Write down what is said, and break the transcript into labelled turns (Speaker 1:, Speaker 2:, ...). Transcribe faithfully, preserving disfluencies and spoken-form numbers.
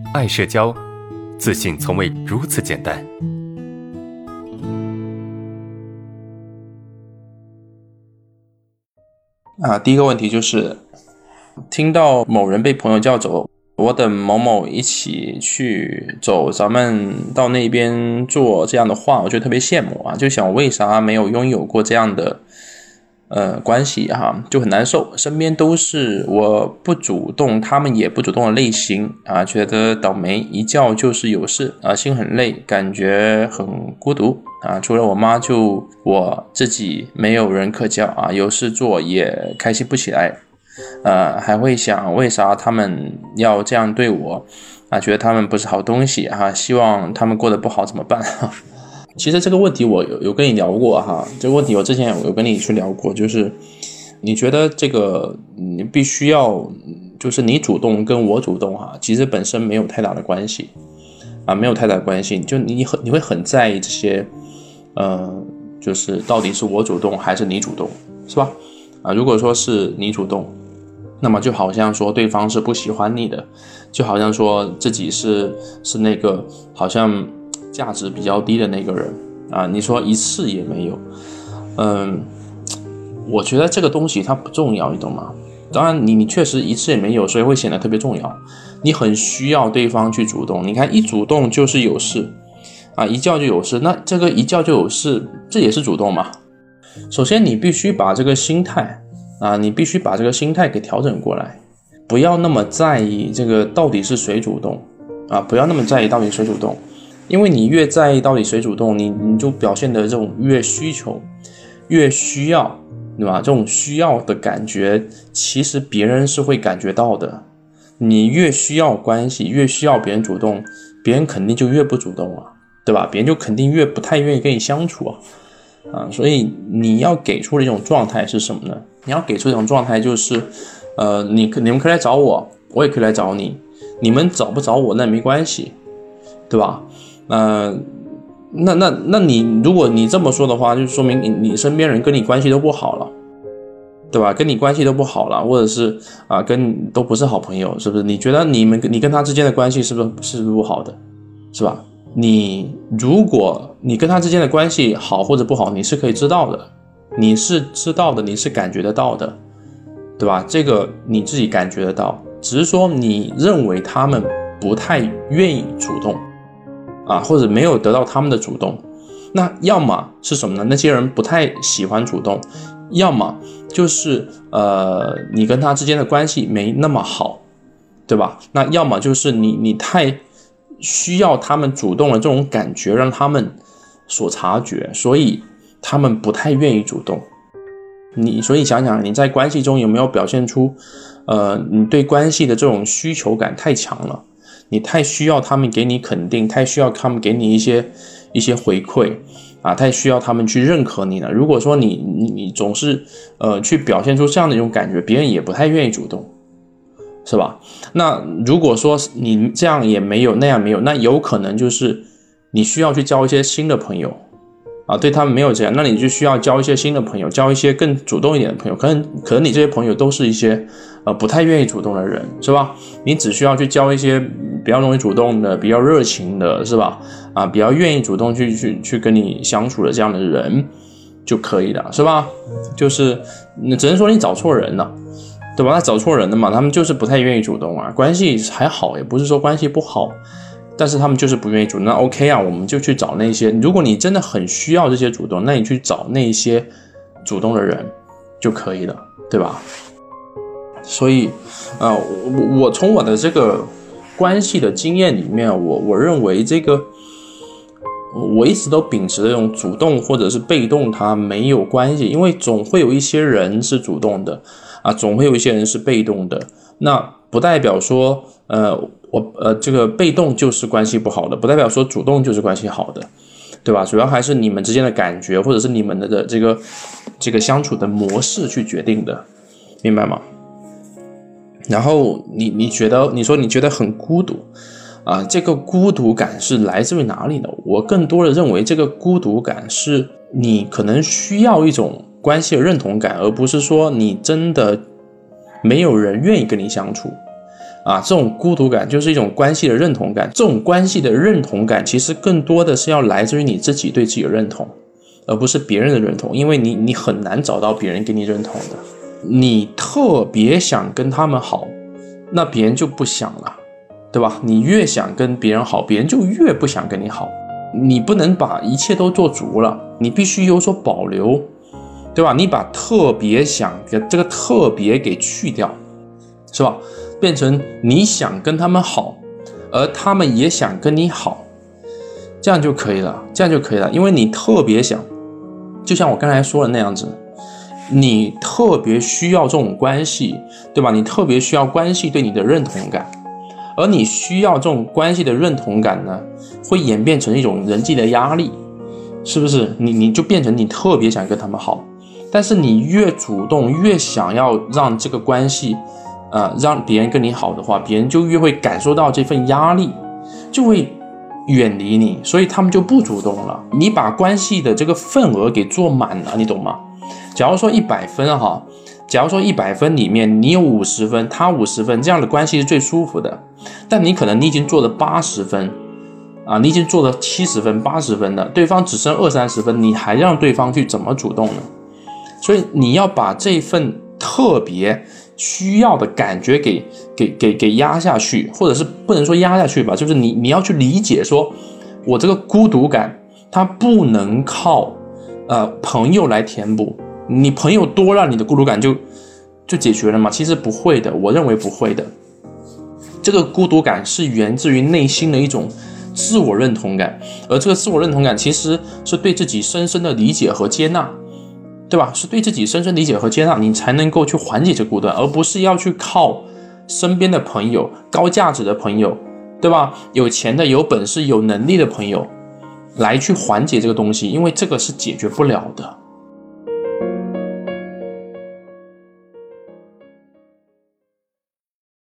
Speaker 1: 爱社交，自信从未如此简单。
Speaker 2: 啊，第一个问题就是听到某人被朋友叫走，我等某某一起去走，咱们到那边做这样的话，我就特别羡慕啊，就想为啥没有拥有过这样的呃关系哈，就很难受。身边都是我不主动，他们也不主动的类型啊，觉得倒霉，一觉就是有事啊，心很累，感觉很孤独啊。除了我妈，就我自己没有人可叫啊，有事做也开心不起来。呃，还会想为啥他们要这样对我啊？觉得他们不是好东西哈、啊，希望他们过得不好怎么办？其实这个问题我有有跟你聊过哈，这个问题我之前有跟你去聊过，就是你觉得这个你必须要就是你主动跟我主动哈，其实本身没有太大的关系啊，没有太大的关系，就你很你会很在意这些，呃，就是到底是我主动还是你主动，是吧？啊，如果说是你主动，那么就好像说对方是不喜欢你的，就好像说自己是是那个好像价值比较低的那个人啊，你说一次也没有，嗯，我觉得这个东西它不重要，你懂吗？当然你你确实一次也没有，所以会显得特别重要，你很需要对方去主动，你看一主动就是有事啊，一叫就有事，那这个一叫就有事，这也是主动嘛。首先你必须把这个心态啊，你必须把这个心态给调整过来，不要那么在意这个到底是谁主动啊，不要那么在意到底谁主动，因为你越在意到底谁主动，你你就表现的这种越需求，越需要，对吧？这种需要的感觉，其实别人是会感觉到的。你越需要关系，越需要别人主动，别人肯定就越不主动啊，对吧？别人就肯定越不太愿意跟你相处啊。啊，所以你要给出的一种状态是什么呢？你要给出一种状态就是，呃，你你们可以来找我，我也可以来找你，你们找不找我那没关系，对吧？呃，那那那你如果你这么说的话，就说明你你身边人跟你关系都不好了，对吧？跟你关系都不好了，或者是啊、呃，跟你都不是好朋友，是不是？你觉得你们你跟他之间的关系是不是是不是不好的，是吧？你如果你跟他之间的关系好或者不好，你是可以知道的，你是知道的，你是感觉得到的，对吧？这个你自己感觉得到，只是说你认为他们不太愿意主动啊，或者没有得到他们的主动，那要么是什么呢？那些人不太喜欢主动，要么就是呃你跟他之间的关系没那么好，对吧？那要么就是你你太需要他们主动的这种感觉让他们所察觉，所以他们不太愿意主动。你所以想想你在关系中有没有表现出呃你对关系的这种需求感太强了，你太需要他们给你肯定，太需要他们给你一些一些回馈啊，太需要他们去认可你了。如果说你你你总是呃去表现出这样的一种感觉，别人也不太愿意主动，是吧？那如果说你这样也没有那样没有，那有可能就是你需要去交一些新的朋友啊，对他们没有这样，那你就需要交一些新的朋友，交一些更主动一点的朋友，可能可能你这些朋友都是一些呃不太愿意主动的人，是吧？你只需要去交一些比较容易主动的，比较热情的，是吧？啊，比较愿意主动去去去跟你相处的这样的人就可以了，是吧？就是只能说你找错人了，对吧？那找错人了嘛，他们就是不太愿意主动啊，关系还好，也不是说关系不好，但是他们就是不愿意主动。那 OK 啊，我们就去找那些，如果你真的很需要这些主动，那你去找那些主动的人就可以了，对吧？所以呃，我我从我的这个关系的经验里面，我我认为这个我一直都秉持这种主动或者是被动它没有关系，因为总会有一些人是主动的啊，总会有一些人是被动的，那不代表说呃我呃这个被动就是关系不好的，不代表说主动就是关系好的，对吧？主要还是你们之间的感觉或者是你们的这个这个相处的模式去决定的，明白吗？然后你你觉得你说你觉得很孤独啊，这个孤独感是来自于哪里呢？我更多的认为这个孤独感是你可能需要一种关系的认同感，而不是说你真的没有人愿意跟你相处啊，这种孤独感就是一种关系的认同感。这种关系的认同感其实更多的是要来自于你自己对自己的认同，而不是别人的认同，因为你你很难找到别人给你认同的。你特别想跟他们好，那别人就不想了，对吧？你越想跟别人好，别人就越不想跟你好。你不能把一切都做足了，你必须有所保留，对吧？你把特别想给这个特别给去掉，是吧？变成你想跟他们好，而他们也想跟你好，这样就可以了，这样就可以了。因为你特别想，就像我刚才说的那样子，你特别需要这种关系，对吧？你特别需要关系对你的认同感，而你需要这种关系的认同感呢，会演变成一种人际的压力，是不是？你你就变成你特别想跟他们好，但是你越主动越想要让这个关系呃，让别人跟你好的话，别人就越会感受到这份压力，就会远离你，所以他们就不主动了。你把关系的这个份额给做满了，你懂吗？假如说一百分哈，假如说一百分里面你有五十分，他五十分，这样的关系是最舒服的。但你可能你已经做了八十分啊，你已经做了七十分、八十分了，对方只剩二三十分，你还让对方去怎么主动呢？所以你要把这份特别需要的感觉给给给给压下去，或者是不能说压下去吧，就是你你要去理解说，我这个孤独感它不能靠呃朋友来填补，你朋友多让你的孤独感就就解决了吗？其实不会的，我认为不会的。这个孤独感是源自于内心的一种自我认同感，而这个自我认同感其实是对自己深深的理解和接纳，对吧？是对自己深深理解和接纳，你才能够去缓解这孤独感，而不是要去靠身边的朋友、高价值的朋友，对吧？有钱的、有本事、有能力的朋友来去缓解这个东西，因为这个是解决不了的。